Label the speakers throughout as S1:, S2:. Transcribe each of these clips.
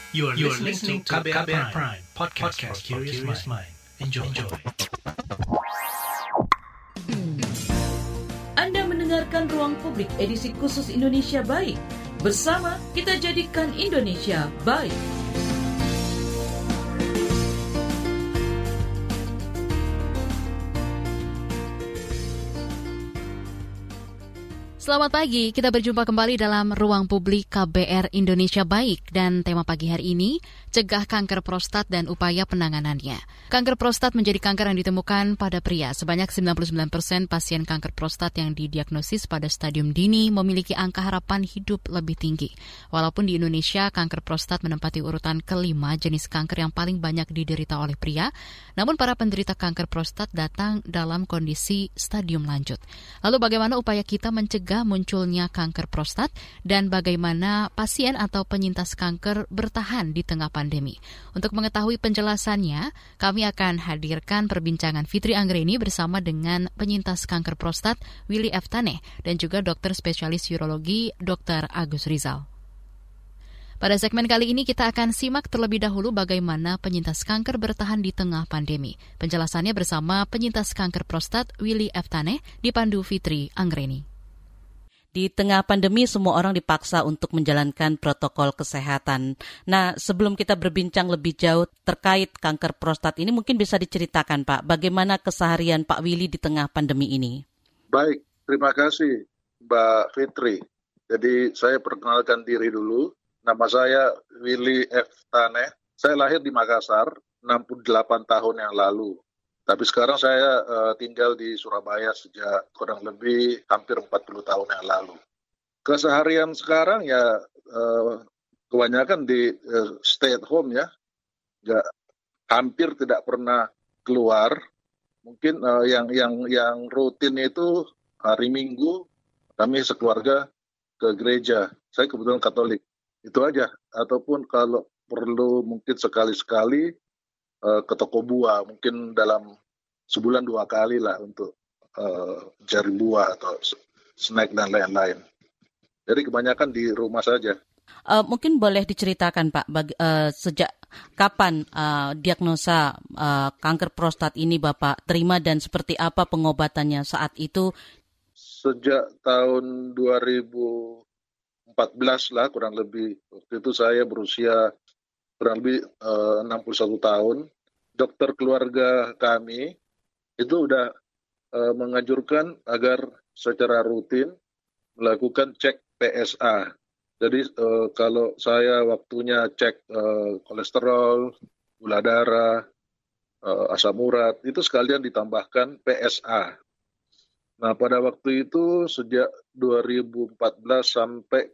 S1: You are listening to KBR Prime, podcast for curious mind. Enjoy.
S2: Anda mendengarkan Ruang Publik edisi khusus Indonesia Baik. Bersama kita jadikan Indonesia baik.
S3: Selamat pagi, kita berjumpa kembali dalam Ruang Publik KBR Indonesia Baik. Dan tema pagi hari ini, cegah kanker prostat dan upaya penanganannya. Kanker prostat menjadi kanker yang ditemukan pada pria. Sebanyak 99% pasien kanker prostat yang didiagnosis pada stadium dini memiliki angka harapan hidup lebih tinggi. Walaupun di Indonesia, kanker prostat menempati urutan kelima jenis kanker yang paling banyak diderita oleh pria, namun para penderita kanker prostat datang dalam kondisi stadium lanjut. Lalu bagaimana upaya kita mencegah munculnya kanker prostat dan bagaimana pasien atau penyintas kanker bertahan di tengah pandemi. Untuk mengetahui penjelasannya, kami akan hadirkan perbincangan Fitri Anggreni bersama dengan penyintas kanker prostat Willy F. Taneh dan juga dokter spesialis urologi Dr. Agus Rizal. Pada segmen kali ini kita akan simak terlebih dahulu bagaimana penyintas kanker bertahan di tengah pandemi. Penjelasannya bersama penyintas kanker prostat Willy F. Taneh dipandu Fitri Anggreni.
S4: Di tengah pandemi, semua orang dipaksa untuk menjalankan protokol kesehatan. Nah, sebelum kita berbincang lebih jauh terkait kanker prostat ini, mungkin bisa diceritakan, Pak, bagaimana keseharian Pak Willy di tengah pandemi ini?
S5: Baik, terima kasih, Mbak Fitri. Jadi, saya perkenalkan diri dulu. Nama saya Willy F. Taneh. Saya lahir di Makassar 68 tahun yang lalu. Tapi sekarang saya tinggal di Surabaya sejak kurang lebih hampir 40 tahun yang lalu. Keseharian sekarang ya kebanyakan di stay at home ya. Hampir tidak pernah keluar. Mungkin yang rutin itu hari Minggu kami sekeluarga ke gereja. Saya kebetulan Katolik. Itu aja. Ataupun kalau perlu mungkin sekali-sekali ke toko buah, mungkin dalam sebulan 2 kali lah untuk cari buah atau snack dan lain-lain. Jadi kebanyakan di rumah saja.
S4: Mungkin boleh diceritakan Pak, sejak kapan diagnosa kanker prostat ini Bapak terima dan seperti apa pengobatannya saat itu?
S5: Sejak tahun 2014 lah kurang lebih. Waktu itu saya berusia kurang lebih 61 tahun, dokter keluarga kami itu udah menganjurkan agar secara rutin melakukan cek PSA. Jadi kalau saya waktunya cek kolesterol, gula darah, asam urat, itu sekalian ditambahkan PSA. Nah pada waktu itu sejak 2014 sampai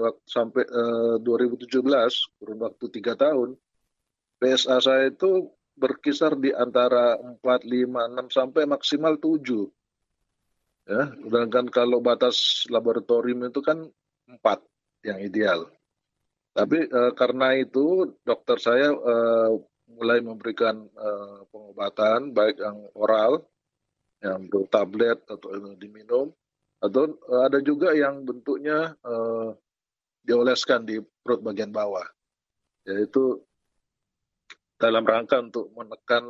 S5: 2017, kurun waktu 3 tahun, PSA saya itu berkisar di antara 4, 5, 6 sampai maksimal 7. Ya, sedangkan kalau batas laboratorium itu kan 4 yang ideal. Tapi karena itu dokter saya mulai memberikan pengobatan baik yang oral, yang tablet atau diminum, atau ada juga yang bentuknya dioleskan di perut bagian bawah, yaitu dalam rangka untuk menekan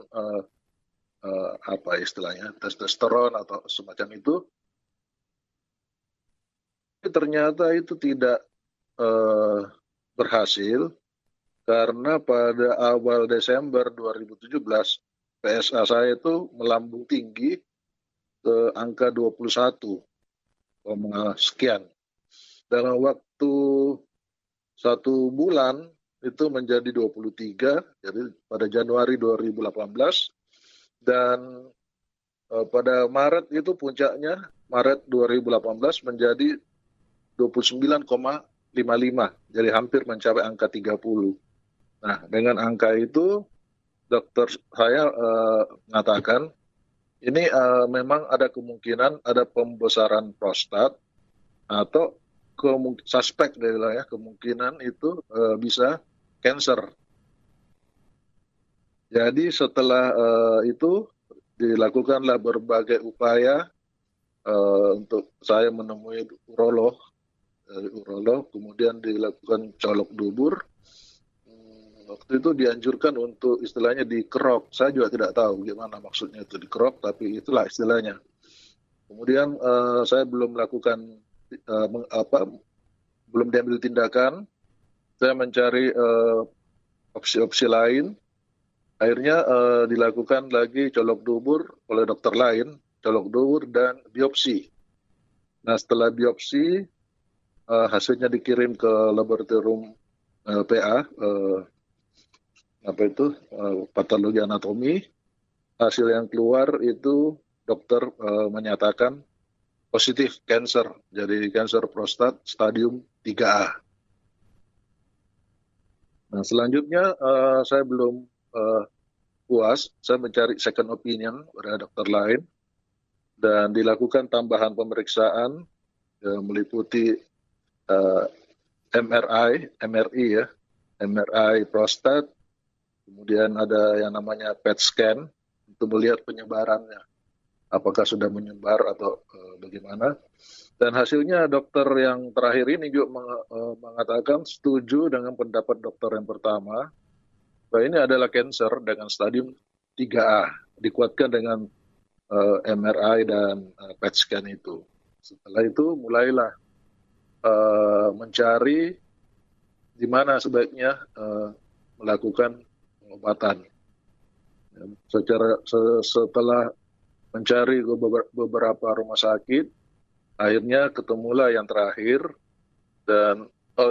S5: apa istilahnya testosteron atau semacam itu. Tapi ternyata itu tidak berhasil karena pada awal Desember 2017 PSA saya itu melambung tinggi ke angka 21, sekian. Dalam waktu 1 bulan itu menjadi 23, jadi pada Januari 2018. Dan pada Maret itu puncaknya, Maret 2018 menjadi 29,55, jadi hampir mencapai angka 30. Nah, dengan angka itu, dokter saya mengatakan, ini memang ada kemungkinan ada pembesaran prostat atau suspek dari kemungkinan itu bisa cancer. Jadi setelah itu dilakukanlah berbagai upaya untuk saya menemui urolog, kemudian dilakukan colok dubur, Waktu itu dianjurkan untuk istilahnya dikerok. Saya juga tidak tahu gimana maksudnya itu dikerok, tapi itulah istilahnya. Kemudian saya belum melakukan belum diambil tindakan. Saya mencari opsi-opsi lain. Akhirnya dilakukan lagi colok dubur oleh dokter lain, colok dubur dan biopsi. Nah, setelah biopsi hasilnya dikirim ke laboratorium PA. Patologi anatomi. Hasil yang keluar itu dokter menyatakan positif kanker, jadi kanker prostat stadium 3A. Nah, selanjutnya saya belum puas, saya mencari second opinion pada dokter lain dan dilakukan tambahan pemeriksaan meliputi MRI prostat. Kemudian ada yang namanya PET scan untuk melihat penyebarannya, apakah sudah menyebar atau bagaimana. Dan hasilnya dokter yang terakhir ini juga mengatakan setuju dengan pendapat dokter yang pertama, bahwa ini adalah kanker dengan stadium 3A, dikuatkan dengan MRI dan PET scan itu. Setelah itu mulailah mencari di mana sebaiknya melakukan pengobatan. Setelah mencari beberapa rumah sakit, akhirnya ketemulah yang terakhir. Dan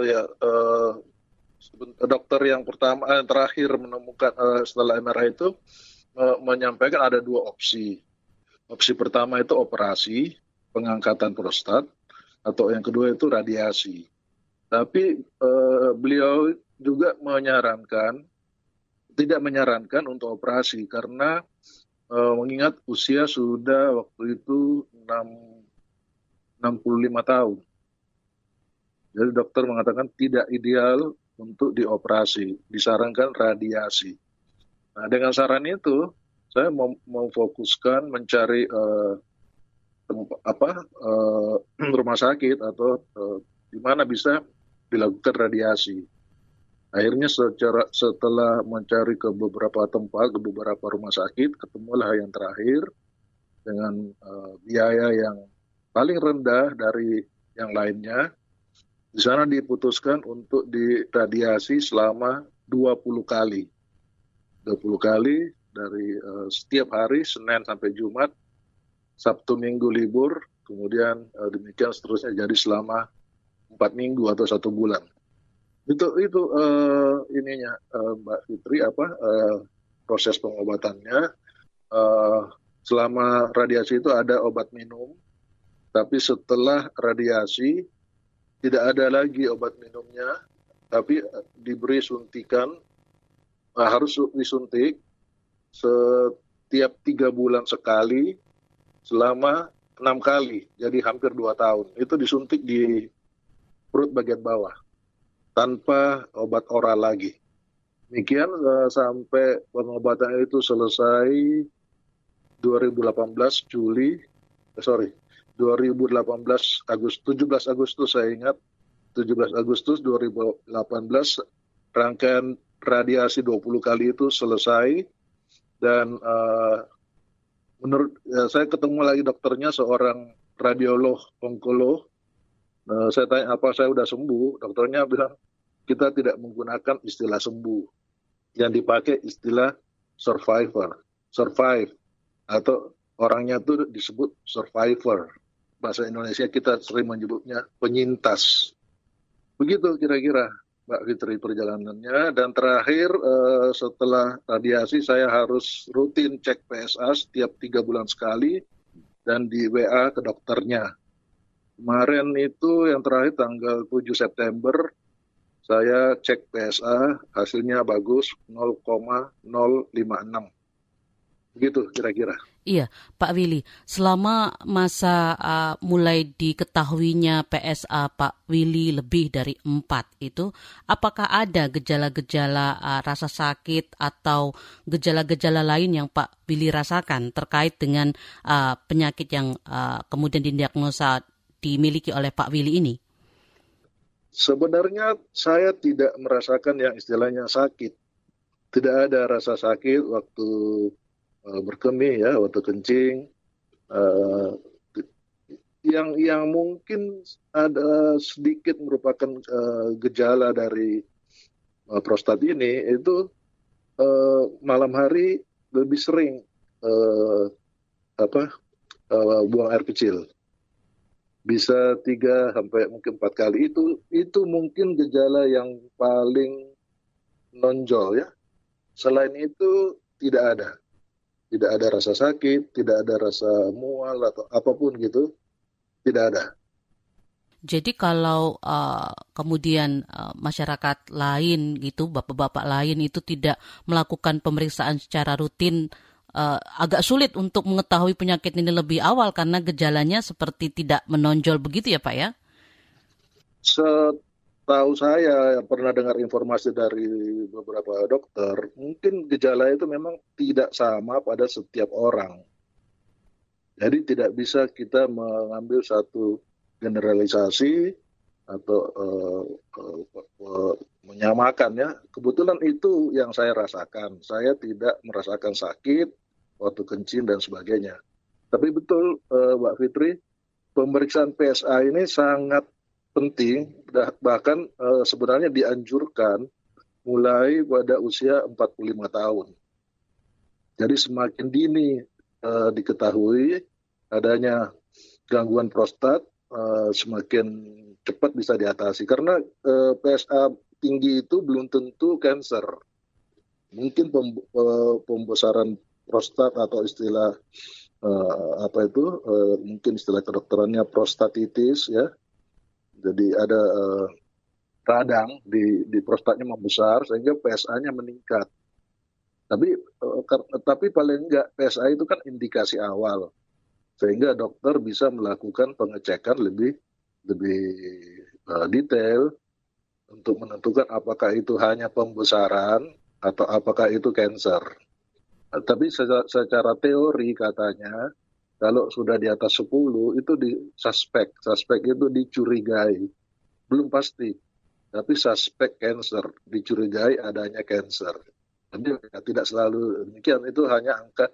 S5: dokter yang terakhir menemukan setelah MRI itu menyampaikan ada 2 opsi. Opsi pertama itu operasi pengangkatan prostat, atau yang kedua itu radiasi. Tapi beliau juga tidak menyarankan untuk operasi karena mengingat usia sudah waktu itu 65 tahun. Jadi dokter mengatakan tidak ideal untuk dioperasi, disarankan radiasi. Nah, dengan saran itu saya memfokuskan mencari rumah sakit atau di mana bisa dilakukan radiasi. Akhirnya setelah mencari ke beberapa tempat, ke beberapa rumah sakit, ketemulah yang terakhir dengan biaya yang paling rendah dari yang lainnya. Di sana diputuskan untuk diradiasi selama 20 kali. 20 kali dari setiap hari, Senin sampai Jumat, Sabtu Minggu libur, kemudian demikian seterusnya, jadi selama 4 minggu atau 1 bulan. Itu ininya Mbak Fitri, proses pengobatannya. Selama radiasi itu ada obat minum, tapi setelah radiasi tidak ada lagi obat minumnya, tapi diberi suntikan, harus disuntik setiap 3 bulan sekali selama 6 kali, jadi hampir 2 tahun. Itu disuntik di perut bagian bawah, tanpa obat oral lagi. Demikian sampai pengobatan itu selesai 2018 17 Agustus saya ingat, 17 Agustus 2018 rangkaian radiasi 20 kali itu selesai. Dan menurut saya ketemu lagi dokternya, seorang radiolog onkolog. Saya tanya apa saya sudah sembuh, dokternya bilang kita tidak menggunakan istilah sembuh, yang dipakai istilah survive, atau orangnya itu disebut survivor. Bahasa Indonesia kita sering menyebutnya penyintas. Begitu kira-kira Mbak Fitri perjalanannya. Dan terakhir setelah radiasi saya harus rutin cek PSA setiap 3 bulan sekali dan di WA ke dokternya. Kemarin itu yang terakhir tanggal 7 September saya cek PSA, hasilnya bagus 0,056. Begitu kira-kira.
S4: Iya, Pak Willy, selama masa mulai diketahuinya PSA Pak Willy lebih dari 4 itu, apakah ada gejala-gejala rasa sakit atau gejala-gejala lain yang Pak Willy rasakan terkait dengan penyakit yang kemudian didiagnosa dimiliki oleh Pak Willy ini?
S5: Sebenarnya saya tidak merasakan yang istilahnya sakit. Tidak ada rasa sakit waktu berkemih ya, waktu kencing. Yang mungkin ada sedikit merupakan gejala dari prostat ini itu malam hari lebih sering buang air kecil. Bisa 3 sampai mungkin 4 kali itu mungkin gejala yang paling nonjol ya. Selain itu tidak ada rasa sakit, tidak ada rasa mual atau apapun gitu, tidak ada.
S4: Jadi kalau kemudian masyarakat lain gitu, bapak-bapak lain itu tidak melakukan pemeriksaan secara rutin, agak sulit untuk mengetahui penyakit ini lebih awal karena gejalanya seperti tidak menonjol begitu ya Pak ya?
S5: Setahu saya pernah dengar informasi dari beberapa dokter, mungkin gejala itu memang tidak sama pada setiap orang. Jadi tidak bisa kita mengambil satu generalisasi atau menyamakan ya. Kebetulan itu yang saya rasakan. Saya tidak merasakan sakit waktu kencing dan sebagainya. Tapi betul Mbak Fitri, pemeriksaan PSA ini sangat penting, bahkan sebenarnya dianjurkan mulai pada usia 45 tahun. Jadi semakin dini diketahui adanya gangguan prostat, semakin cepat bisa diatasi. Karena PSA tinggi itu belum tentu kanker. Mungkin pembesaran prostat atau istilah mungkin istilah kedokterannya prostatitis ya. Jadi ada radang di prostatnya membesar sehingga PSA-nya meningkat. Tapi paling enggak PSA itu kan indikasi awal sehingga dokter bisa melakukan pengecekan lebih detail untuk menentukan apakah itu hanya pembesaran atau apakah itu kanker. Tapi secara teori katanya kalau sudah di atas 10 itu suspek itu dicurigai, belum pasti, tapi suspek kanker, dicurigai adanya kanker. Jadi tidak selalu demikian, itu hanya angka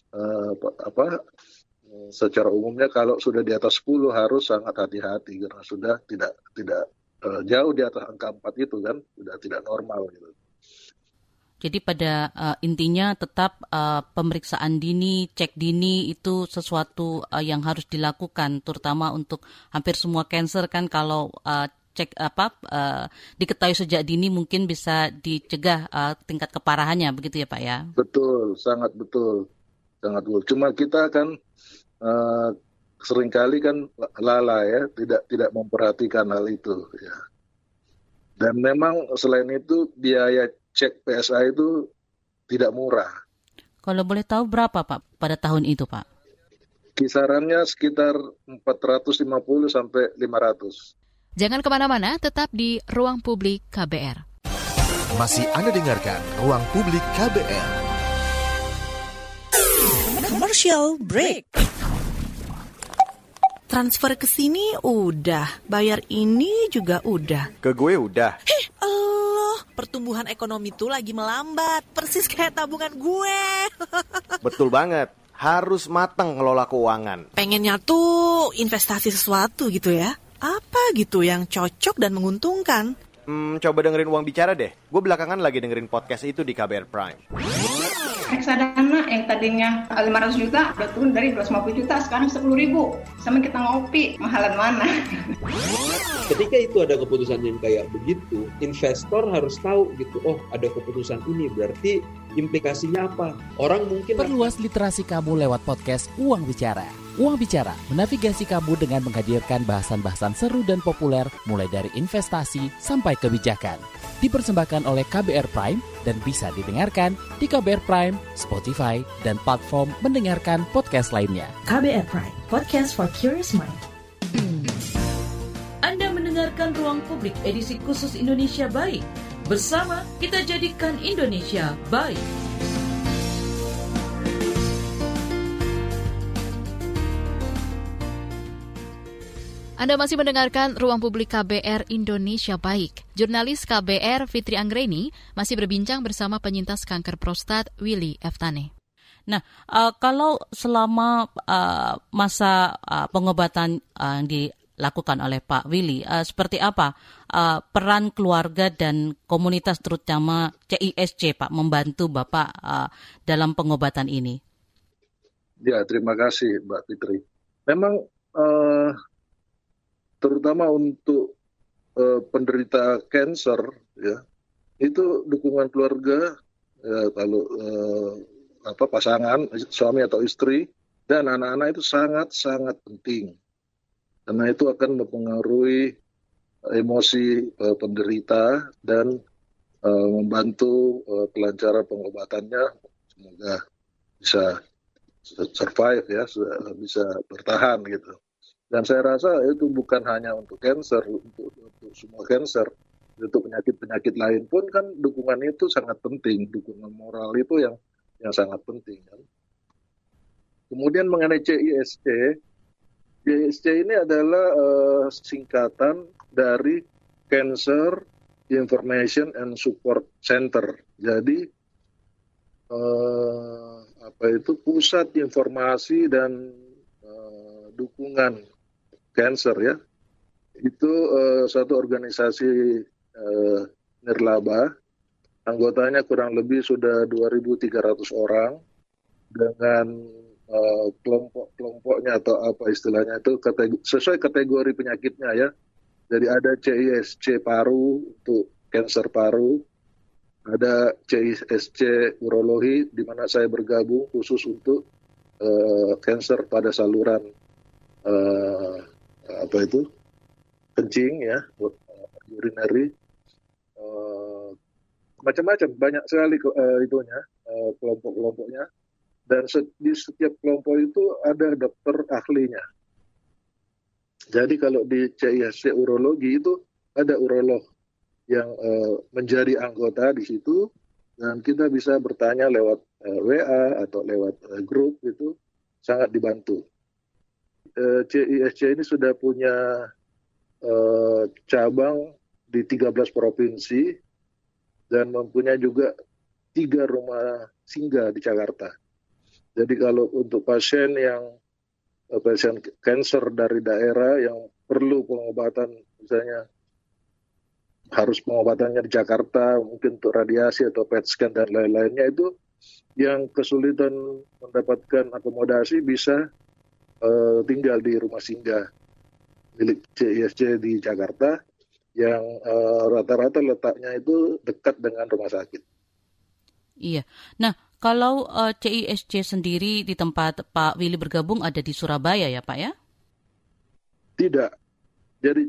S5: secara umumnya kalau sudah di atas 10 harus sangat hati-hati karena sudah tidak jauh di atas angka 4 itu kan sudah tidak normal gitu.
S4: Jadi pada intinya tetap pemeriksaan dini, cek dini itu sesuatu yang harus dilakukan, terutama untuk hampir semua kanker kan kalau diketahui sejak dini mungkin bisa dicegah tingkat keparahannya, begitu ya Pak ya?
S5: Betul, sangat betul. Cuma kita kan seringkali kan lalai ya, tidak memperhatikan hal itu ya. Dan memang selain itu biaya cek PSA itu tidak murah.
S4: Kalau boleh tahu berapa Pak pada tahun itu Pak?
S5: Kisarannya sekitar 450 sampai 500.
S3: Jangan kemana-mana, tetap di Ruang Publik KBR.
S6: Masih Anda dengarkan Ruang Publik KBR.
S7: Commercial break. Transfer ke sini udah, bayar ini juga udah.
S8: Ke gue udah.
S7: Pertumbuhan ekonomi tuh lagi melambat, persis kayak tabungan gue.
S8: Betul banget, harus matang ngelola keuangan.
S7: Pengennya tuh investasi sesuatu gitu ya. Apa gitu yang cocok dan menguntungkan?
S8: Coba dengerin Uang Bicara deh. Gue belakangan lagi dengerin podcast itu di KBR Prime.
S9: Reksadana yang tadinya 500 juta udah turun dari 250 juta sekarang 10.000. Sama kita ngopi, mahalan mana?
S10: Ketika itu ada keputusan yang kayak begitu, investor harus tahu gitu, oh ada keputusan ini berarti implikasinya apa? Orang mungkin
S11: perluas literasi kamu lewat podcast Uang Bicara. Uang Bicara menavigasi kamu dengan menghadirkan bahasan-bahasan seru dan populer mulai dari investasi sampai kebijakan. Dipersembahkan oleh KBR Prime dan bisa didengarkan di KBR Prime, Spotify, dan platform mendengarkan podcast lainnya.
S2: KBR Prime, podcast for curious mind. Anda mendengarkan Ruang Publik edisi khusus Indonesia Baik. Bersama kita jadikan Indonesia baik.
S3: Anda masih mendengarkan Ruang Publik KBR Indonesia Baik. Jurnalis KBR Fitri Anggreni masih berbincang bersama penyintas kanker prostat Willy F. Tane.
S4: Nah, kalau selama masa pengobatan yang dilakukan oleh Pak Willy, seperti apa peran keluarga dan komunitas terutama CISC, Pak, membantu Bapak dalam pengobatan ini?
S5: Ya, terima kasih Mbak Fitri. Memang terutama untuk penderita kanker, ya, itu dukungan keluarga, ya, kalau pasangan suami atau istri dan anak-anak itu sangat penting, karena itu akan mempengaruhi emosi penderita dan membantu kelancaran pengobatannya, semoga bisa survive, ya, bisa bertahan gitu. Dan saya rasa itu bukan hanya untuk kanker, untuk semua kanker, untuk penyakit-penyakit lain pun kan dukungan itu sangat penting, dukungan moral itu yang sangat penting. Kan? Kemudian mengenai CISC ini adalah singkatan dari Cancer Information and Support Center. Jadi pusat informasi dan dukungan kanker, ya, itu satu organisasi nirlaba, anggotanya kurang lebih sudah 2.300 orang dengan kelompok-kelompoknya atau apa istilahnya itu sesuai kategori penyakitnya, ya. Jadi ada CISC paru untuk kanker paru, ada CISC urologi di mana saya bergabung khusus untuk kanker pada saluran kencing, ya, urinary, macam-macam, banyak sekali kelompok-kelompoknya, dan di setiap kelompok itu ada dokter ahlinya. Jadi kalau di CISC urologi itu ada urolog yang menjadi anggota di situ, dan kita bisa bertanya lewat WA atau lewat grup, itu sangat dibantu. CISC ini sudah punya cabang di 13 provinsi dan mempunyai juga 3 rumah singgah di Jakarta. Jadi kalau untuk pasien kanker dari daerah yang perlu pengobatan, misalnya harus pengobatannya di Jakarta, mungkin untuk radiasi atau PET scan dan lain-lainnya, itu yang kesulitan mendapatkan akomodasi bisa tinggal di rumah singgah milik CISC di Jakarta yang rata-rata letaknya itu dekat dengan rumah sakit.
S4: Iya. Nah, kalau CISC sendiri di tempat Pak Willy bergabung ada di Surabaya, ya Pak, ya?
S5: Tidak. Jadi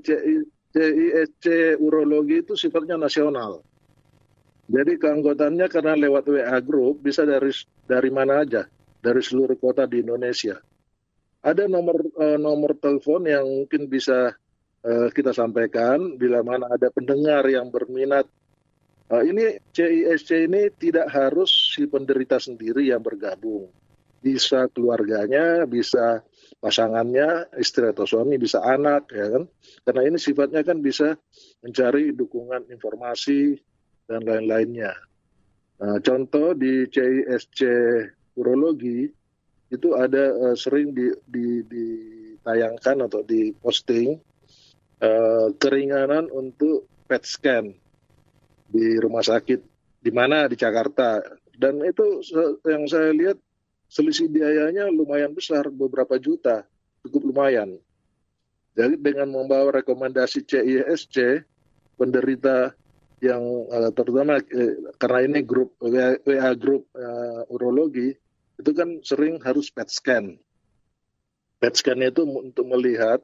S5: CISC urologi itu sifatnya nasional. Jadi keanggotaannya karena lewat WA group bisa dari mana aja, dari seluruh kota di Indonesia. Ada nomor telepon yang mungkin bisa kita sampaikan bila mana ada pendengar yang berminat. Ini CISC ini tidak harus si penderita sendiri yang bergabung. Bisa keluarganya, bisa pasangannya, istri atau suami, bisa anak, ya kan? Karena ini sifatnya kan bisa mencari dukungan informasi dan lain-lainnya. Contoh di CISC urologi itu ada sering ditayangkan atau diposting keringanan untuk PET scan di rumah sakit di mana di Jakarta, dan itu yang saya lihat selisih biayanya lumayan besar, beberapa juta, cukup lumayan. Jadi dengan membawa rekomendasi CISC, penderita yang terutama karena ini grup WA grup urologi itu kan sering harus PET scan. PET scan itu untuk melihat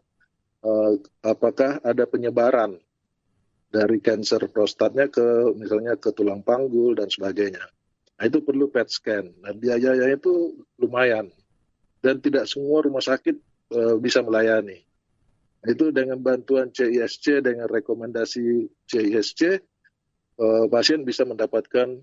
S5: apakah ada penyebaran dari kanker prostatnya misalnya ke tulang panggul dan sebagainya. Nah, itu perlu PET scan. Nah, biayanya itu lumayan dan tidak semua rumah sakit bisa melayani. Nah, itu dengan bantuan CISC, dengan rekomendasi CISC, pasien bisa mendapatkan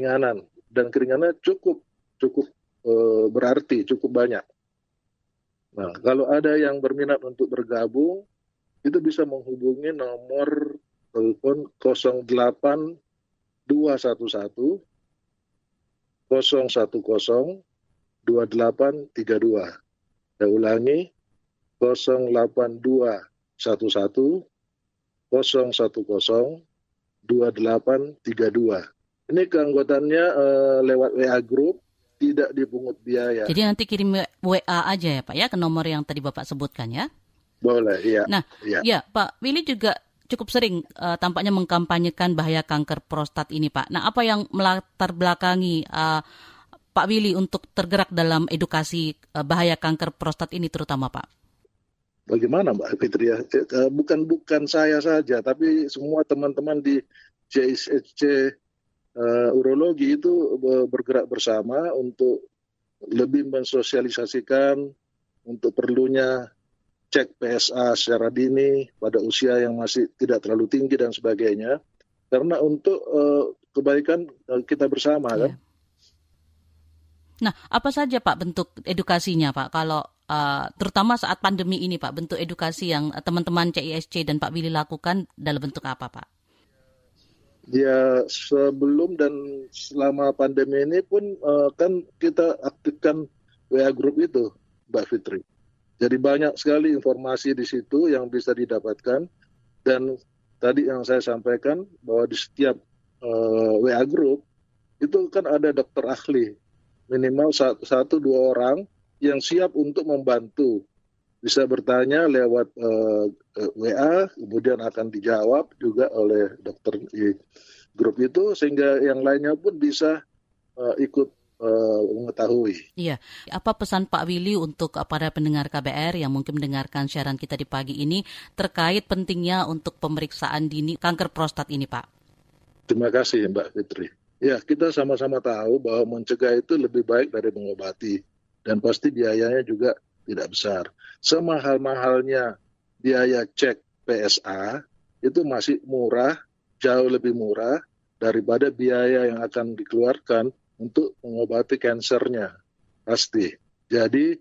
S5: keringanan, dan keringanan cukup berarti, cukup banyak. Nah, kalau ada yang berminat untuk bergabung, itu bisa menghubungi nomor telepon 08 211 010 2832. Saya ulangi, 08211 010 2832. Ini keanggotaannya lewat WA Group, tidak dipungut biaya.
S4: Jadi nanti kirim WA aja ya Pak ya, ke nomor yang tadi Bapak sebutkan ya?
S5: Boleh, iya.
S4: Nah, ya Pak Willy juga cukup sering tampaknya mengkampanyekan bahaya kanker prostat ini Pak. Nah, apa yang melatar belakangi Pak Willy untuk tergerak dalam edukasi bahaya kanker prostat ini terutama Pak?
S5: Bagaimana Mbak Fitri ya? Bukan saya saja, tapi semua teman-teman di CISC urologi itu bergerak bersama untuk lebih mensosialisasikan untuk perlunya cek PSA secara dini pada usia yang masih tidak terlalu tinggi dan sebagainya. Karena untuk kebaikan kita bersama kan.
S4: Nah, apa saja Pak bentuk edukasinya Pak? Kalau terutama saat pandemi ini Pak, bentuk edukasi yang teman-teman CISC dan Pak Willy lakukan dalam bentuk apa Pak?
S5: Ya, sebelum dan selama pandemi ini pun kan kita aktifkan WA Group itu, Mbak Fitri. Jadi banyak sekali informasi di situ yang bisa didapatkan. Dan tadi yang saya sampaikan bahwa di setiap WA Group itu kan ada dokter ahli. Minimal 1-2 orang yang siap untuk membantu. Bisa bertanya lewat WA, kemudian akan dijawab juga oleh dokter di grup itu, sehingga yang lainnya pun bisa ikut mengetahui.
S4: Iya, apa pesan Pak Willy untuk para pendengar KBR yang mungkin mendengarkan siaran kita di pagi ini terkait pentingnya untuk pemeriksaan dini kanker prostat ini Pak?
S5: Terima kasih Mbak Fitri. Ya, kita sama-sama tahu bahwa mencegah itu lebih baik dari mengobati. Dan pasti biayanya juga tidak besar. Semahal-mahalnya biaya cek PSA itu masih murah, jauh lebih murah daripada biaya yang akan dikeluarkan untuk mengobati kansernya. Pasti. Jadi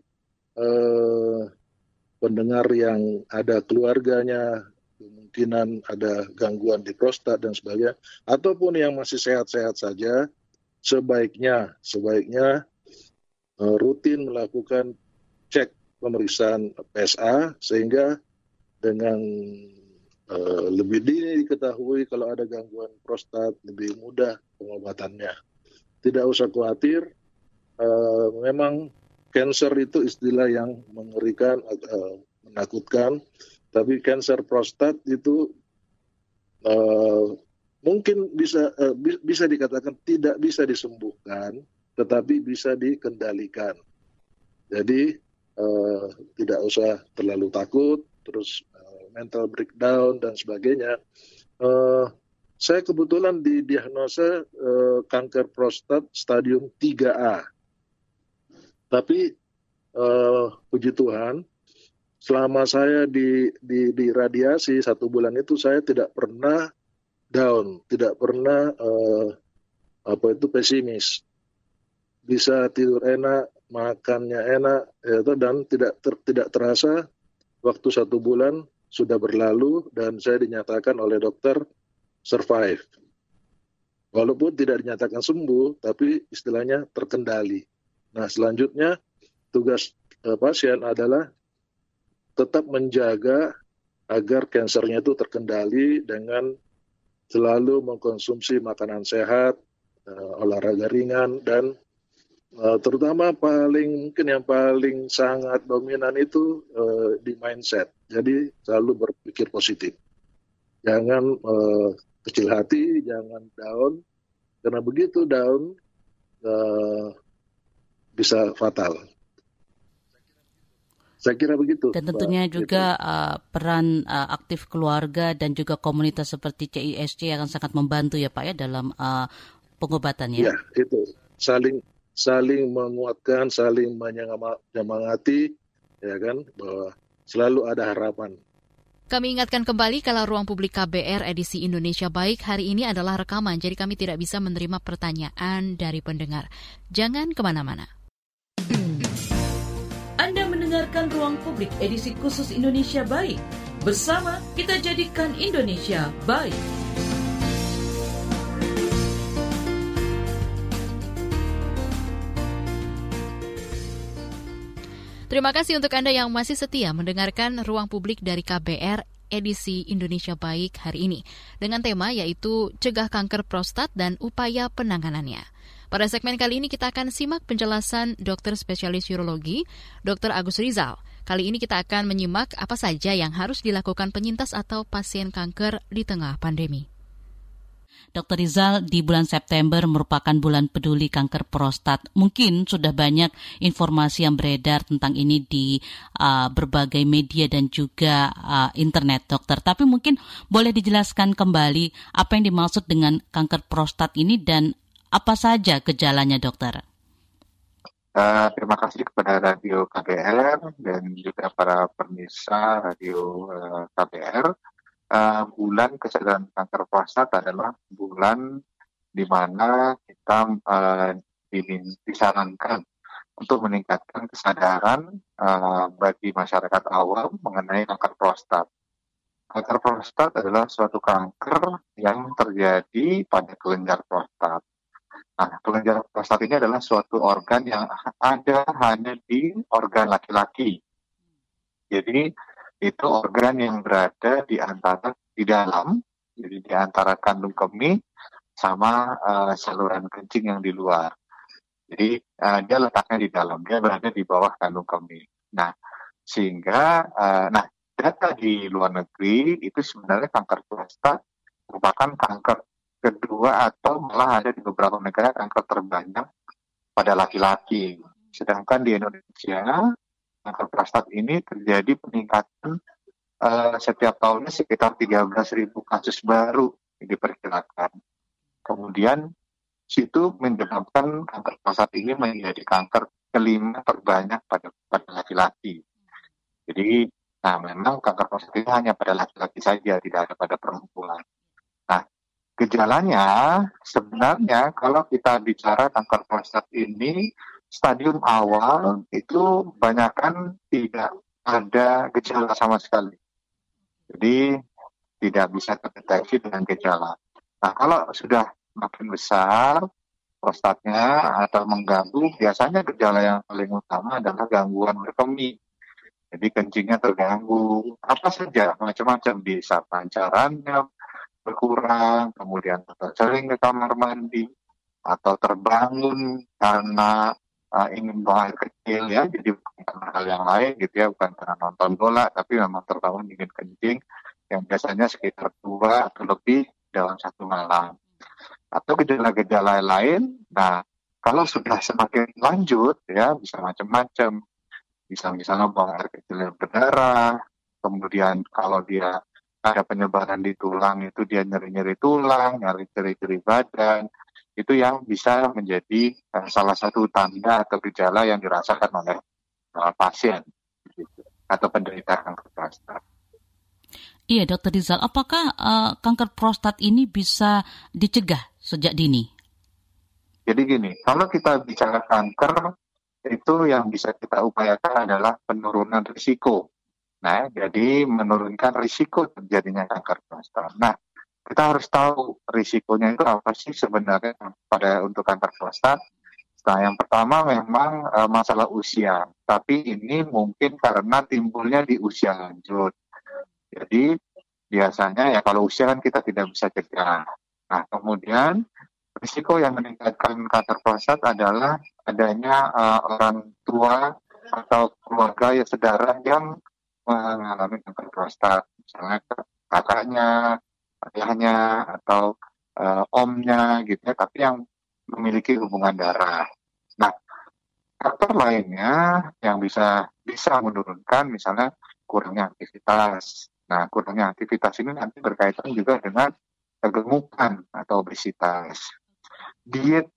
S5: pendengar yang ada keluarganya, kemungkinan ada gangguan di prostat dan sebagainya, ataupun yang masih sehat-sehat saja, sebaiknya rutin melakukan cek pemeriksaan PSA sehingga dengan lebih dini diketahui kalau ada gangguan prostat, lebih mudah pengobatannya. Tidak usah khawatir, memang kanker itu istilah yang mengerikan, menakutkan, tapi kanker prostat itu mungkin bisa dikatakan tidak bisa disembuhkan, tetapi bisa dikendalikan. Jadi tidak usah terlalu takut, terus mental breakdown dan sebagainya. Saya kebetulan didiagnosa kanker prostat stadium 3A. Tapi puji Tuhan, selama saya di radiasi 1 bulan itu saya tidak pernah down, tidak pernah pesimis. Bisa tidur enak, makannya enak, dan tidak terasa waktu 1 bulan sudah berlalu dan saya dinyatakan oleh dokter survive. Walaupun tidak dinyatakan sembuh, tapi istilahnya terkendali. Nah, selanjutnya tugas pasien adalah tetap menjaga agar kansernya itu terkendali dengan selalu mengkonsumsi makanan sehat, olahraga ringan, dan terutama mungkin yang paling sangat dominan itu di mindset. Jadi selalu berpikir positif. Jangan kecil hati, jangan down, karena begitu down bisa fatal. Saya kira begitu.
S4: Dan tentunya juga peran aktif keluarga dan juga komunitas seperti CISC akan sangat membantu ya Pak ya dalam pengobatannya.
S5: Ya, itu saling menguatkan, saling menyemangati, ya kan, bahwa selalu ada harapan.
S3: Kami ingatkan kembali kalau Ruang Publik KBR edisi Indonesia Baik hari ini adalah rekaman, jadi kami tidak bisa menerima pertanyaan dari pendengar. Jangan kemana-mana.
S2: Anda mendengar mendengarkan Ruang Publik edisi khusus Indonesia Baik. Bersama kita jadikan Indonesia baik.
S3: Terima kasih untuk Anda yang masih setia mendengarkan Ruang Publik dari KBR edisi Indonesia Baik hari ini dengan tema yaitu Cegah Kanker Prostat dan Upaya Penanganannya. Pada segmen kali ini kita akan simak penjelasan dokter spesialis urologi, Dr. Agus Rizal. Kali ini kita akan menyimak apa saja yang harus dilakukan penyintas atau pasien kanker di tengah pandemi.
S4: Dr. Rizal, di bulan September merupakan bulan peduli kanker prostat. Mungkin sudah banyak informasi yang beredar tentang ini di berbagai media dan juga internet, dokter. Tapi mungkin boleh dijelaskan kembali apa yang dimaksud dengan kanker prostat ini dan apa saja gejalanya, dokter?
S5: Terima kasih kepada Radio KBR dan juga para pemirsa Radio KBR. Bulan kesadaran kanker prostat adalah bulan di mana kita disarankan untuk meningkatkan kesadaran bagi masyarakat awam mengenai kanker prostat. Kanker prostat adalah suatu kanker yang terjadi pada kelenjar prostat. Nah, kelenjar prostat ini adalah suatu organ yang ada hanya di organ laki-laki. Jadi, itu organ yang berada di dalam, jadi di antara kandung kemih sama saluran kencing yang di luar. Jadi, dia letaknya di dalam, dia berada di bawah kandung kemih. Nah, sehingga, data di luar negeri itu sebenarnya kanker prostat merupakan kanker kedua atau malah ada di beberapa negara kanker terbanyak pada laki-laki. Sedangkan di Indonesia, kanker prostat ini terjadi peningkatan setiap tahunnya sekitar 13.000 kasus baru diperkirakan. Kemudian, situ menyebabkan kanker prostat ini menjadi kanker kelima terbanyak pada laki-laki. Jadi, memang kanker prostat ini hanya pada laki-laki saja, tidak ada pada perempuan. Nah, gejalanya sebenarnya kalau kita bicara kanker prostat ini stadium awal itu banyakkan tidak ada gejala sama sekali. Jadi tidak bisa terdeteksi dengan gejala. Nah, kalau sudah makin besar prostatnya atau mengganggu, biasanya gejala yang paling utama adalah gangguan berkemih. Jadi kencingnya terganggu, apa saja, macam-macam, bisa pancarannya berkurang, kemudian sering ke kamar mandi, atau terbangun karena ingin buang air kecil ya, jadi bukan karena hal yang lain gitu ya, bukan karena nonton bola, tapi memang terbangun ingin kencing yang biasanya sekitar 2 atau lebih dalam satu malam. Atau gejala-gejala lain, nah kalau sudah semakin lanjut ya bisa macam-macam, bisa misalnya buang air kecil yang berdarah, kemudian kalau dia ada penyebaran di tulang itu dia nyeri-nyeri tulang, nyeri-nyeri badan, itu yang bisa menjadi salah satu tanda atau gejala yang dirasakan oleh pasien gitu, atau penderita kanker prostat.
S4: Iya, Dr. Rizal, apakah kanker prostat ini bisa dicegah sejak dini?
S5: Jadi gini, kalau kita bicara kanker, itu yang bisa kita upayakan adalah penurunan risiko. Nah, jadi menurunkan risiko terjadinya kanker prostat. Nah, kita harus tahu risikonya itu apa sih sebenarnya untuk kanker prostat. Nah, yang pertama memang masalah usia. Tapi ini mungkin karena timbulnya di usia lanjut. Jadi biasanya ya kalau usia kan kita tidak bisa cegah. Nah, kemudian risiko yang meningkatkan kanker prostat adalah adanya orang tua atau keluarga ya saudara yang mengalami kanker prostat. Misalnya kakaknya, ayahnya, atau omnya gitu ya, tapi yang memiliki hubungan darah. Nah, faktor lainnya yang bisa menurunkan misalnya kurangnya aktivitas. Nah, kurangnya aktivitas ini nanti berkaitan juga dengan kegemukan atau obesitas. Diet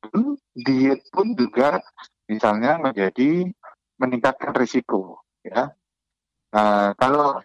S5: pun juga misalnya meningkatkan risiko ya. Kalau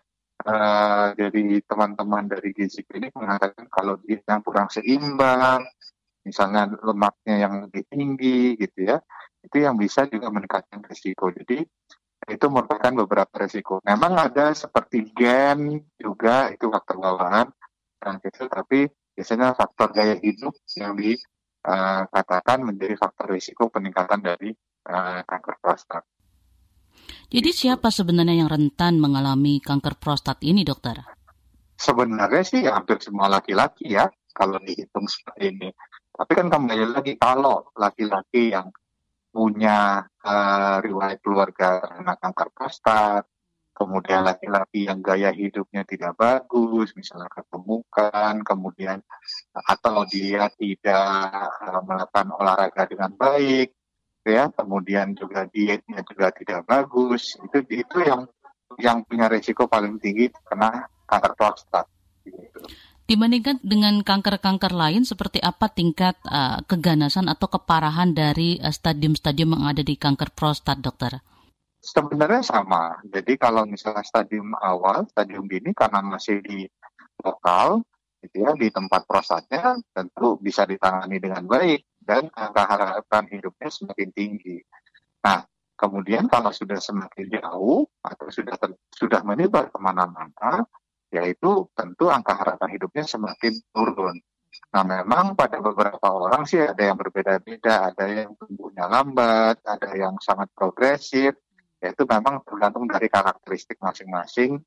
S5: dari teman-teman dari gizi klinik mengatakan kalau dietnya kurang seimbang, misalnya lemaknya yang lebih tinggi gitu ya, itu yang bisa juga meningkatkan risiko. Jadi
S12: itu merupakan beberapa risiko. Memang ada seperti gen juga, itu faktor bawaan dan kecil, tapi biasanya faktor gaya hidup yang dikatakan menjadi faktor risiko peningkatan dari kanker prostat.
S4: Jadi siapa sebenarnya yang rentan mengalami kanker prostat ini, dokter?
S12: Sebenarnya sih hampir semua laki-laki ya, kalau dihitung seperti ini. Tapi kan kembali lagi, kalau laki-laki yang punya riwayat keluarga terkena kanker prostat, kemudian laki-laki yang gaya hidupnya tidak bagus, misalnya kegemukan, kemudian atau dia tidak melakukan olahraga dengan baik, ya, kemudian juga dietnya juga tidak bagus, itu yang punya risiko paling tinggi terkena kanker prostat. Gitu.
S4: Dibandingkan dengan kanker-kanker lain, seperti apa tingkat keganasan atau keparahan dari stadium-stadium yang ada di kanker prostat, dokter?
S12: Sebenarnya sama. Jadi kalau misalnya stadium awal, stadium dini karena masih di lokal, gitu ya, di tempat prostatnya, tentu bisa ditangani dengan baik dan angka harapan hidupnya semakin tinggi. Nah, kemudian kalau sudah semakin jauh atau sudah menyebar kemana-mana, yaitu tentu angka harapan hidupnya semakin turun. Nah, memang pada beberapa orang sih ada yang berbeda-beda, ada yang tumbuhnya lambat, ada yang sangat progresif, yaitu memang tergantung dari karakteristik masing-masing,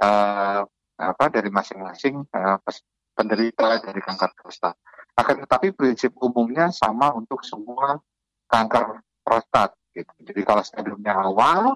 S12: dari masing-masing penderita dari kanker prostat. Akan tetapi prinsip umumnya sama untuk semua kanker prostat. Gitu. Jadi kalau stadiumnya awal,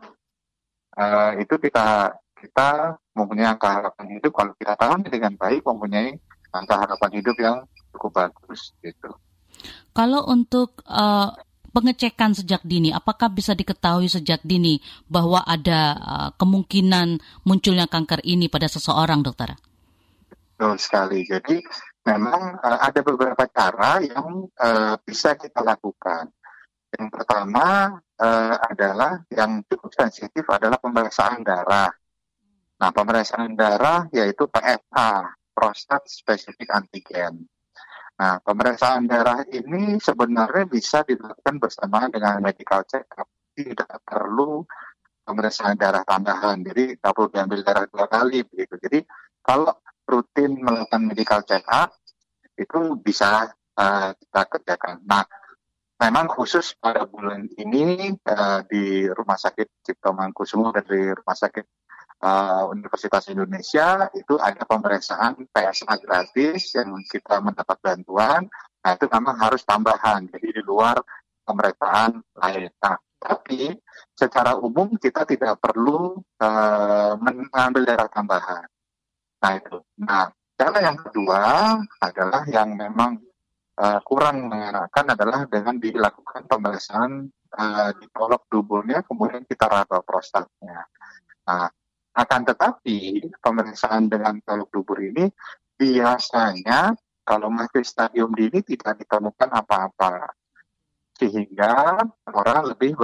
S12: itu kita mempunyai angka harapan hidup, kalau kita tangani dengan baik, mempunyai angka harapan hidup yang cukup bagus. Gitu.
S4: Kalau untuk pengecekan sejak dini, apakah bisa diketahui sejak dini bahwa ada kemungkinan munculnya kanker ini pada seseorang, dokter?
S12: Betul sekali. Jadi memang ada beberapa cara yang bisa kita lakukan. Yang pertama adalah yang cukup sensitif adalah pemeriksaan darah. Nah, pemeriksaan darah yaitu PSA, Prostate Specific Antigen. Nah, pemeriksaan darah ini sebenarnya bisa dilakukan bersama dengan medical check-up. Tidak perlu pemeriksaan darah tambahan, jadi tidak perlu diambil darah 2 kali begitu. Jadi kalau rutin melakukan medical check-up itu bisa kita kerjakan. Nah, memang khusus pada bulan ini di Rumah Sakit Cipto Mangunkusumo dan di Rumah Sakit Universitas Indonesia itu ada pemeriksaan PSA gratis yang kita mendapat bantuan. Nah, itu memang harus tambahan, jadi di luar pemeriksaan lain. Nah, tapi secara umum kita tidak perlu mengambil darah tambahan. Nah, itu. Nah, cara yang kedua adalah yang memang kurang mengenakan adalah dengan dilakukan pemeriksaan di polok duburnya, kemudian kita raba prostatnya. Nah, akan tetapi pemeriksaan dengan polok dubur ini biasanya kalau masih stadium dini tidak ditemukan apa-apa, sehingga orang lebih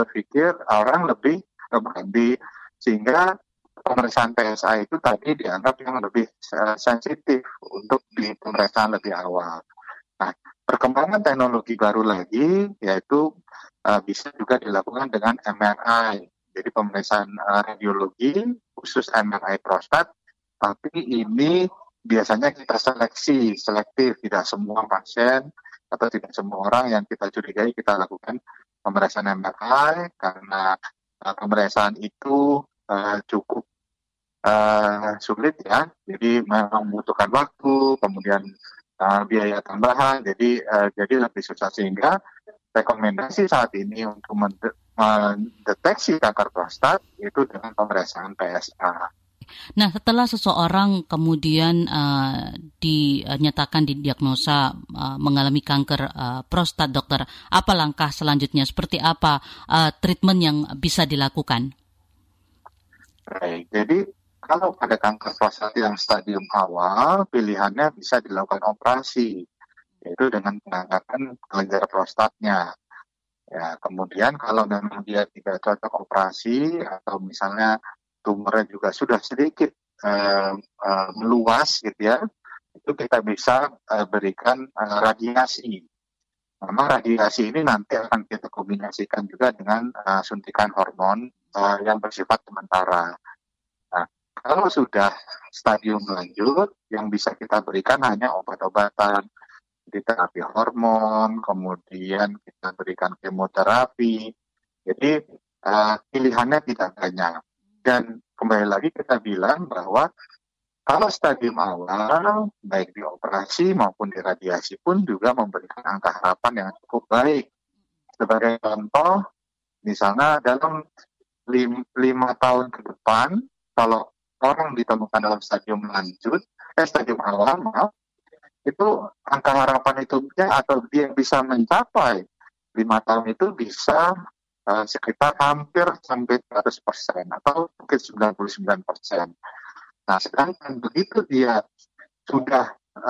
S12: sehingga pemeriksaan PSA itu tadi dianggap yang lebih sensitif untuk di pemeriksaan lebih awal. Nah, perkembangan teknologi baru lagi yaitu bisa juga dilakukan dengan MRI. Jadi pemeriksaan radiologi khusus MRI prostat, tapi ini biasanya kita selektif, tidak semua pasien atau tidak semua orang yang kita curigai kita lakukan pemeriksaan MRI karena pemeriksaan itu cukup sulit ya, jadi memang membutuhkan waktu, kemudian biaya tambahan, jadi lebih susah, sehingga rekomendasi saat ini untuk mendeteksi kanker prostat itu dengan pemeriksaan PSA.
S4: Nah, setelah seseorang kemudian dinyatakan didiagnosa mengalami kanker prostat, dokter, apa langkah selanjutnya? Seperti apa treatment yang bisa dilakukan?
S12: Baik, jadi kalau pada kanker prostat yang stadium awal, pilihannya bisa dilakukan operasi, yaitu dengan pengangkatan kelenjar prostatnya. Ya, kemudian kalau memang dia tidak cocok operasi atau misalnya tumornya juga sudah sedikit meluas gitu ya, itu kita bisa berikan radiasi. Memang radiasi ini nanti akan kita kombinasikan juga dengan suntikan hormon yang bersifat sementara. Nah, kalau sudah stadium lanjut, yang bisa kita berikan hanya obat-obatan, di terapi hormon, kemudian kita berikan kemoterapi. Jadi pilihannya tidak banyak. Dan kembali lagi kita bilang bahwa kalau stadium awal, baik di operasi maupun di radiasi pun juga memberikan angka harapan yang cukup baik. Sebagai contoh, misalnya dalam 5 tahun ke depan, kalau orang ditemukan dalam stadium awal, itu angka harapan hidupnya atau dia bisa mencapai 5 tahun itu bisa sekitar hampir sampai 100% atau mungkin 99%. Nah, sedangkan begitu dia sudah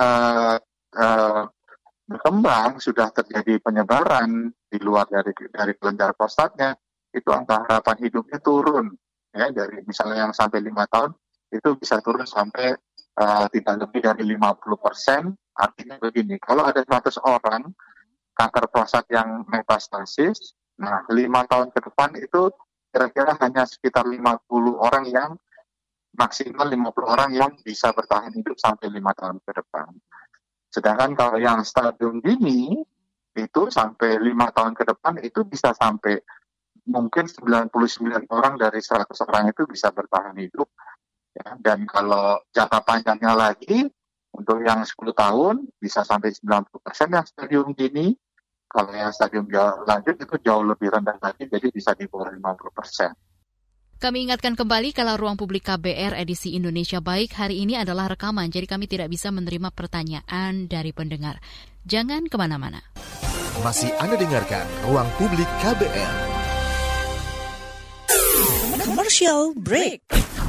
S12: berkembang, sudah terjadi penyebaran di luar dari kelenjar prostatnya, itu angka harapan hidupnya turun. Ya, dari misalnya yang sampai 5 tahun, itu bisa turun sampai tidak lebih dari 50%. Artinya begini, kalau ada 100 orang kanker prostat yang metastasis, nah 5 tahun ke depan itu kira-kira hanya sekitar 50 orang yang maksimal 50 orang yang bisa bertahan hidup sampai 5 tahun ke depan. Sedangkan kalau yang stadium dini itu sampai 5 tahun ke depan itu bisa sampai mungkin 99 orang dari 100 orang itu bisa bertahan hidup. Ya, dan kalau jangka panjangnya lagi, untuk yang 10 tahun bisa sampai 90% yang stadium dini. Kalau yang stadium lanjut itu jauh lebih rendah lagi, jadi bisa di bawah 50%.
S3: Kami ingatkan kembali kalau Ruang Publik KBR edisi Indonesia Baik hari ini adalah rekaman, jadi kami tidak bisa menerima pertanyaan dari pendengar. Jangan kemana-mana.
S6: Masih Anda dengarkan Ruang Publik KBR.
S7: Commercial break.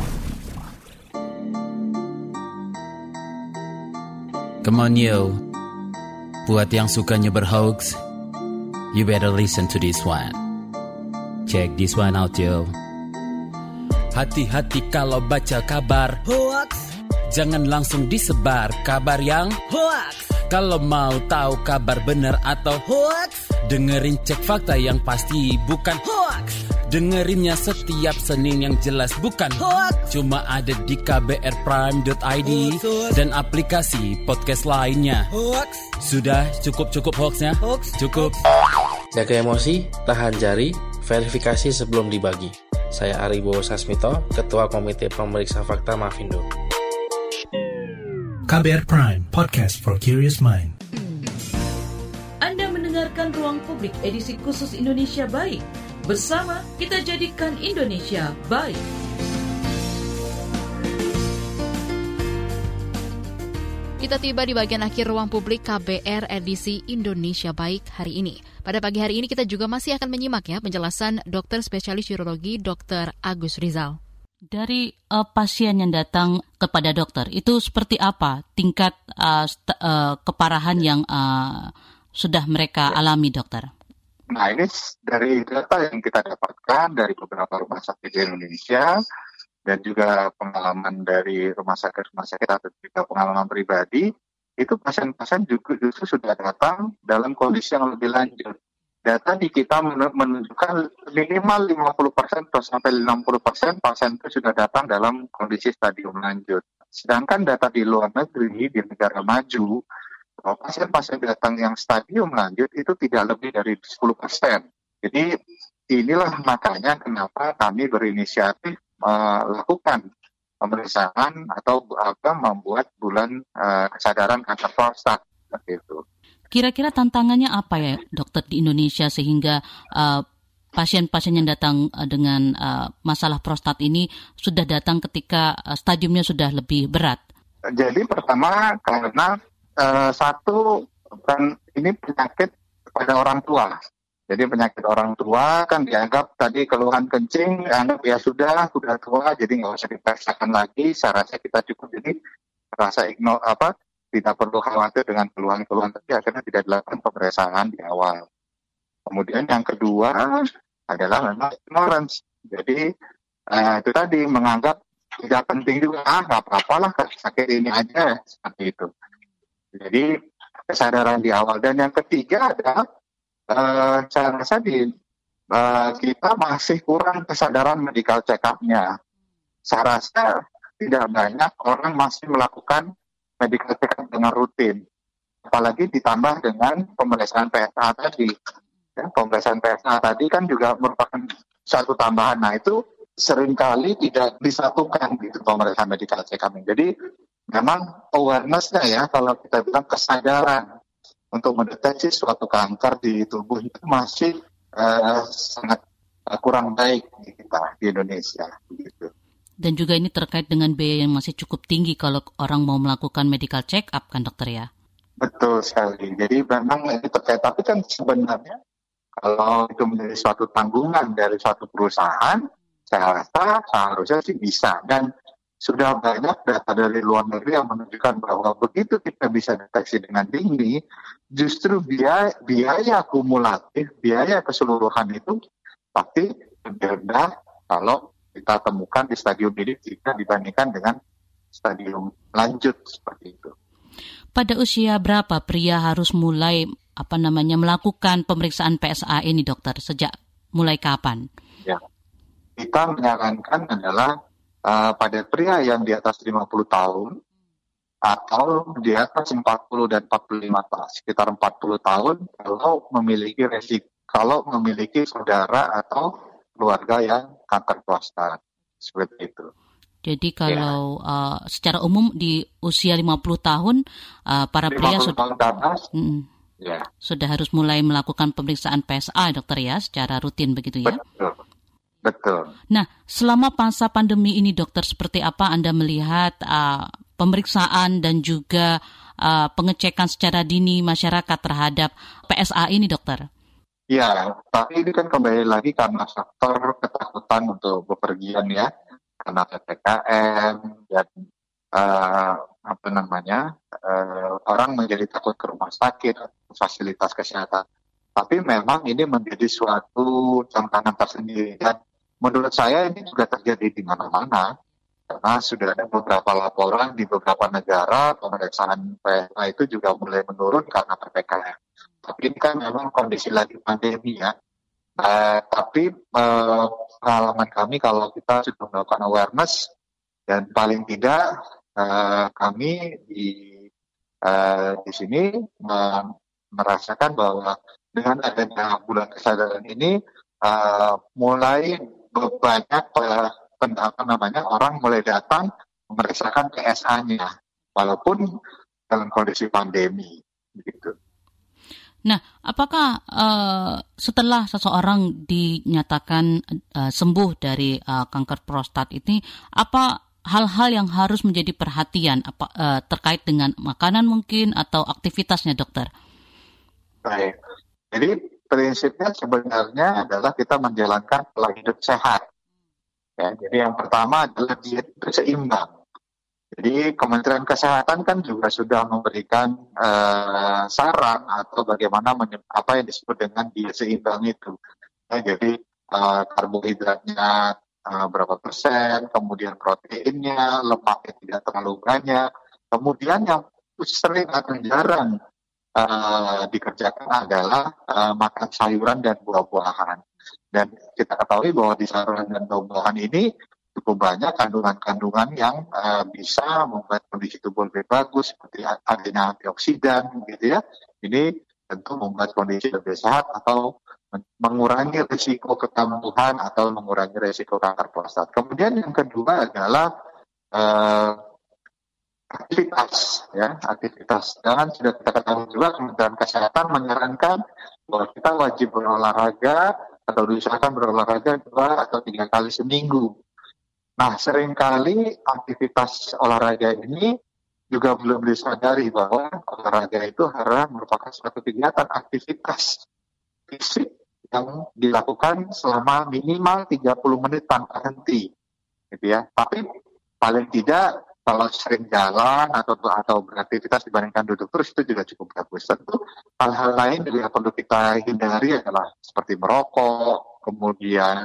S11: Come on yo, buat yang sukanya berhoax, you better listen to this one. Check this one out yo. Hati-hati kalau baca kabar
S7: Hoax.
S11: Jangan langsung disebar kabar yang
S7: Hoax.
S11: Kalau mau tahu kabar benar atau
S7: Hoax.
S11: dengerin cek fakta yang pasti bukan
S7: Hoax.
S11: Dengerinnya setiap Senin yang jelas bukan
S7: Hoax.
S11: Cuma ada di kbrprime.id dan aplikasi podcast lainnya.
S7: Hoax.
S11: Sudah cukup hoaxnya?
S7: Hoax.
S11: Cukup.
S13: Jaga emosi, tahan jari, verifikasi sebelum dibagi. Saya Aribo Sasmito, Ketua Komite Pemeriksa Fakta Mafindo.
S1: KBR Prime, podcast for curious mind.
S2: Anda mendengarkan Ruang Publik edisi khusus Indonesia Baik. Bersama kita jadikan Indonesia baik.
S3: Kita tiba di bagian akhir Ruang Publik KBR edisi Indonesia Baik hari ini. Pada pagi hari ini kita juga masih akan menyimak penjelasan dokter spesialis urologi Dr. Agus Rizal.
S4: Dari pasien yang datang kepada dokter, itu seperti apa tingkat keparahan yang sudah mereka alami, dokter?
S12: Nah, ini dari data yang kita dapatkan dari beberapa rumah sakit di Indonesia dan juga pengalaman dari rumah sakit atau juga pengalaman pribadi, itu pasien-pasien juga justru sudah datang dalam kondisi yang lebih lanjut. Data di kita menunjukkan minimal 50% atau sampai 60% pasien itu sudah datang dalam kondisi stadium lanjut. Sedangkan data di luar negeri, di negara maju, pasien-pasien datang yang stadium lanjut itu tidak lebih dari 10%. Jadi inilah makanya kenapa kami berinisiatif melakukan pemeriksaan atau membuat bulan kesadaran kanker prostat seperti itu.
S4: Kira-kira tantangannya apa ya, dokter, di Indonesia sehingga pasien-pasien yang datang dengan masalah prostat ini sudah datang ketika stadiumnya sudah lebih berat?
S12: Jadi pertama karena satu kan ini penyakit pada orang tua. Jadi penyakit orang tua kan dianggap tadi keluhan kencing, dianggap ya sudah tua, jadi nggak usah diperiksakan lagi. Saya rasa kita cukup, jadi rasa tidak perlu khawatir dengan keluhan-keluhan, tapi akhirnya tidak dilakukan pemeriksaan di awal. Kemudian yang kedua adalah memang ignorance. Jadi itu tadi menganggap tidak penting juga, nggak apa-apalah sakit ini aja, seperti itu. Jadi kesadaran di awal. Dan yang ketiga adalah saya rasa di kita masih kurang kesadaran medical check-up-nya. Saya rasa tidak banyak orang masih melakukan medical check-up dengan rutin. Apalagi ditambah dengan pemeriksaan PSA tadi. Ya, pemeriksaan PSA tadi kan juga merupakan satu tambahan. Nah, itu seringkali tidak disatukan gitu pemeriksaan medical check-up. Jadi memang awareness-nya ya, kalau kita bilang kesadaran untuk mendeteksi suatu kanker di tubuh itu masih sangat kurang baik di kita di Indonesia. Begitu.
S4: Dan juga ini terkait dengan biaya yang masih cukup tinggi kalau orang mau melakukan medical check-up kan dokter ya?
S12: Betul sekali. Jadi memang ini terkait, tapi kan sebenarnya kalau itu menjadi suatu tanggungan dari suatu perusahaan, saya rasa seharusnya sih bisa. Dan sudah banyak data dari luar negeri yang menunjukkan bahwa begitu kita bisa deteksi dengan dini, justru biaya akumulatif, biaya keseluruhan itu pasti lebih rendah kalau kita temukan di stadium dini jika dibandingkan dengan stadium lanjut seperti itu.
S4: Pada usia berapa pria harus mulai melakukan pemeriksaan PSA ini dokter? Sejak mulai kapan?
S12: Ya, kita menyarankan adalah pada pria yang di atas 50 tahun atau di atas 40 dan 45 tahun, sekitar 40 tahun kalau memiliki saudara atau keluarga yang kanker prostat, seperti itu.
S4: Jadi kalau secara umum di usia 50 tahun para pria sudah harus mulai melakukan pemeriksaan PSA dokter ya secara rutin begitu ya?
S12: Betul.
S4: Nah, selama masa pandemi ini dokter, seperti apa Anda melihat pemeriksaan dan juga pengecekan secara dini masyarakat terhadap PSA ini dokter?
S12: Ya, tapi ini kan kembali lagi karena faktor ketakutan untuk bepergian ya, karena PPKM dan orang menjadi takut ke rumah sakit, fasilitas kesehatan. Tapi memang ini menjadi suatu tantangan tersendiri dan menurut saya ini juga terjadi di mana-mana karena sudah ada beberapa laporan di beberapa negara pemeriksaan PSA itu juga mulai menurun karena PPKM. Tapi ini kan memang kondisi lagi pandemi ya. Tapi pengalaman kami kalau kita sudah melakukan awareness dan paling tidak kami di sini merasakan bahwa dengan adanya bulan kesadaran ini mulai banyak orang mulai datang memeriksakan PSA-nya walaupun dalam kondisi pandemi begitu.
S4: Nah, apakah setelah seseorang dinyatakan sembuh dari kanker prostat ini, apa hal-hal yang harus menjadi perhatian terkait dengan makanan mungkin atau aktivitasnya, dokter?
S12: Baik, jadi prinsipnya sebenarnya adalah kita menjalankan pola hidup sehat. Ya, jadi yang pertama adalah diet seimbang. Jadi Kementerian Kesehatan kan juga sudah memberikan saran atau bagaimana apa yang disebut dengan diet seimbang itu. Ya, jadi karbohidratnya berapa persen, kemudian proteinnya, lemaknya tidak terlalu banyak. Kemudian yang sering atau jarang dikerjakan adalah makan sayuran dan buah-buahan. Dan kita ketahui bahwa di sayuran dan buah-buahan ini cukup banyak kandungan-kandungan yang bisa membuat kondisi tubuh lebih bagus seperti adanya antioksidan gitu ya. Ini tentu membuat kondisi lebih sehat atau mengurangi risiko kekambuhan atau mengurangi risiko kanker prostat. Kemudian yang kedua adalah aktivitas. Jangan sudah kita ketahui juga Kementerian Kesehatan menyarankan bahwa kita wajib berolahraga atau diusahakan berolahraga 2 atau 3 kali seminggu. Nah, seringkali aktivitas olahraga ini juga belum disadari bahwa olahraga itu harus merupakan suatu kegiatan aktivitas fisik yang dilakukan selama minimal 30 menit tanpa henti. Gitu ya. Tapi paling tidak kalau sering jalan atau beraktivitas dibandingkan duduk terus itu juga cukup bagus. Tentu hal-hal lain yang perlu kita hindari adalah seperti merokok, kemudian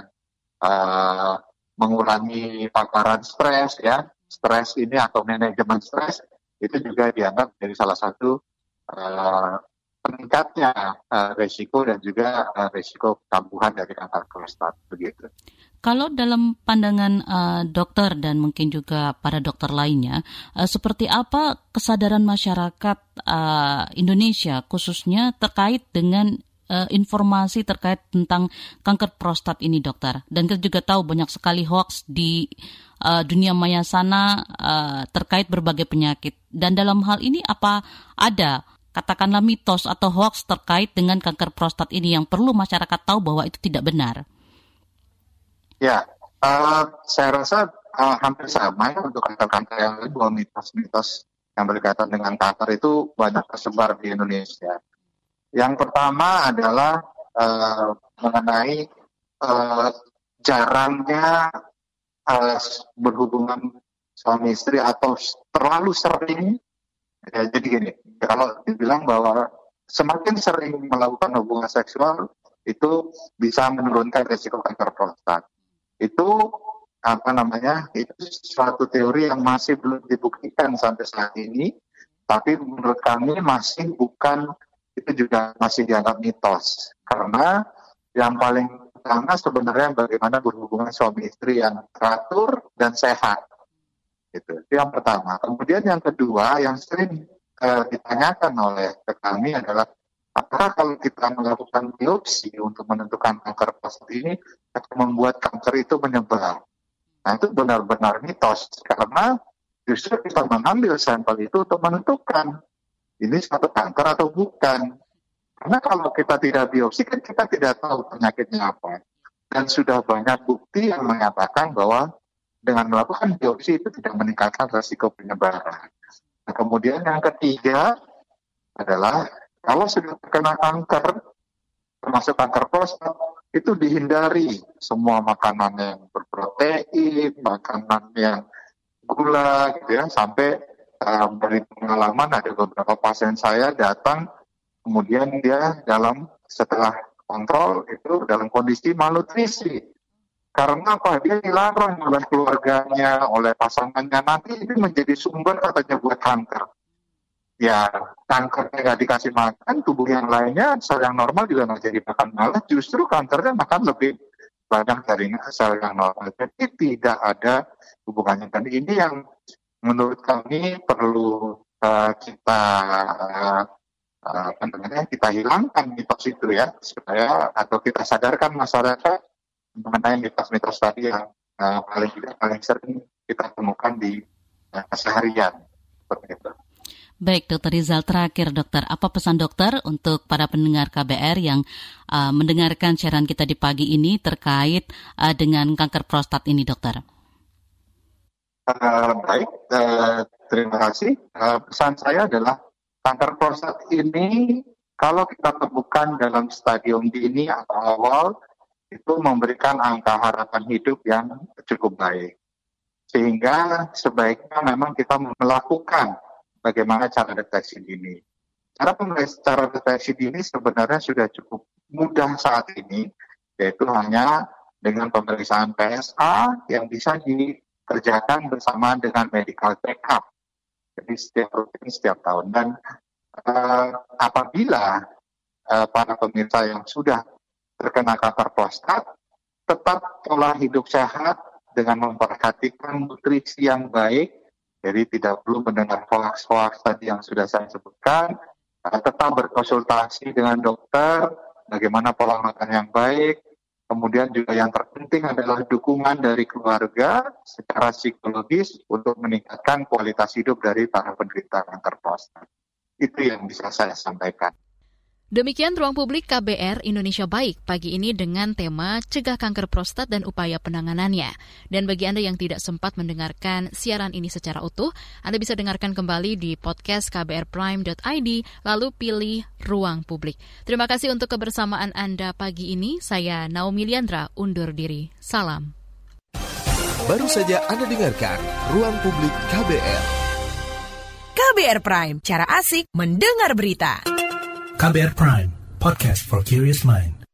S12: mengurangi paparan stres ya. Stres ini atau manajemen stres itu juga dianggap menjadi salah satu peningkatnya resiko dan juga resiko kambuhan dari kanker prostat begitu.
S4: Kalau dalam pandangan dokter dan mungkin juga para dokter lainnya, seperti apa kesadaran masyarakat Indonesia khususnya terkait dengan informasi terkait tentang kanker prostat ini, dokter? Dan kita juga tahu banyak sekali hoax di dunia maya sana terkait berbagai penyakit. Dan dalam hal ini apa ada katakanlah mitos atau hoax terkait dengan kanker prostat ini yang perlu masyarakat tahu bahwa itu tidak benar?
S12: Ya, saya rasa hampir sama ya untuk kanker-kanker yang lain, bahwa mitos-mitos yang berkaitan dengan kanker itu banyak tersebar di Indonesia. Yang pertama adalah mengenai jarangnya berhubungan suami istri atau terlalu sering. Ya, jadi gini, kalau dibilang bahwa semakin sering melakukan hubungan seksual itu bisa menurunkan risiko kanker prostat. Itu itu suatu teori yang masih belum dibuktikan sampai saat ini, tapi menurut kami itu juga masih dianggap mitos, karena yang paling utama sebenarnya bagaimana berhubungan suami istri yang teratur dan sehat. Itu yang pertama. Kemudian yang kedua yang sering ditanyakan oleh kami adalah, apakah kalau kita melakukan biopsi untuk menentukan kanker prostat ini akan membuat kanker itu menyebar? Nah, itu benar-benar mitos, karena justru kita mengambil sampel itu untuk menentukan ini suatu kanker atau bukan. Karena kalau kita tidak biopsi kan kita tidak tahu penyakitnya apa. Dan sudah banyak bukti yang menyatakan bahwa dengan melakukan biopsi itu tidak meningkatkan risiko penyebaran. Nah, kemudian yang ketiga adalah kalau sudah terkena kanker, termasuk kanker prostat, itu dihindari semua makanan yang berprotein, makanan yang gula, gitu ya. Sampai dari pengalaman ada beberapa pasien saya datang, kemudian dia setelah kontrol itu dalam kondisi malnutrisi. Karena apa? Dia dilarang oleh keluarganya, oleh pasangannya, nanti itu menjadi sumber katanya buat kanker. Ya, kankernya nggak dikasih makan, tubuh yang lainnya, sel yang normal juga nggak jadi makan, malah justru kankernya makan lebih banyak dari sel yang normal. Jadi tidak ada hubungannya. Dan ini yang menurut kami perlu kita hilangkan mitos itu ya, supaya atau kita sadarkan masyarakat mengenai mitos-mitos tadi yang paling sering kita temukan di keseharian seperti itu.
S4: Baik, Dr. Rizal, terakhir dokter, apa pesan dokter untuk para pendengar KBR yang mendengarkan siaran kita di pagi ini terkait dengan kanker prostat ini, dokter?
S12: Baik, terima kasih. Pesan saya adalah kanker prostat ini kalau kita temukan dalam stadium dini atau awal, itu memberikan angka harapan hidup yang cukup baik. Sehingga sebaiknya memang kita melakukan bagaimana cara deteksi dini. Cara deteksi dini sebenarnya sudah cukup mudah saat ini, yaitu hanya dengan pemeriksaan PSA yang bisa dikerjakan bersama dengan medical check-up. Jadi setiap tahun. Dan apabila para pemirsa yang sudah terkena kanker prostat, tetap pola hidup sehat dengan memperhatikan nutrisi yang baik. Jadi tidak perlu mendengar hoax-hoax tadi yang sudah saya sebutkan. Tetap berkonsultasi dengan dokter, bagaimana pola makan yang baik. Kemudian juga yang terpenting adalah dukungan dari keluarga secara psikologis untuk meningkatkan kualitas hidup dari para penderita kanker prostat. Itu yang bisa saya sampaikan.
S3: Demikian Ruang Publik KBR Indonesia Baik pagi ini dengan tema Cegah Kanker Prostat dan Upaya Penanganannya. Dan bagi Anda yang tidak sempat mendengarkan siaran ini secara utuh, Anda bisa dengarkan kembali di podcast kbrprime.id, lalu pilih Ruang Publik. Terima kasih untuk kebersamaan Anda pagi ini. Saya Naomi Liandra, undur diri. Salam.
S6: Baru saja Anda dengarkan Ruang Publik KBR.
S7: KBR Prime, cara asik mendengar berita.
S1: KBR Prime, podcast for curious mind.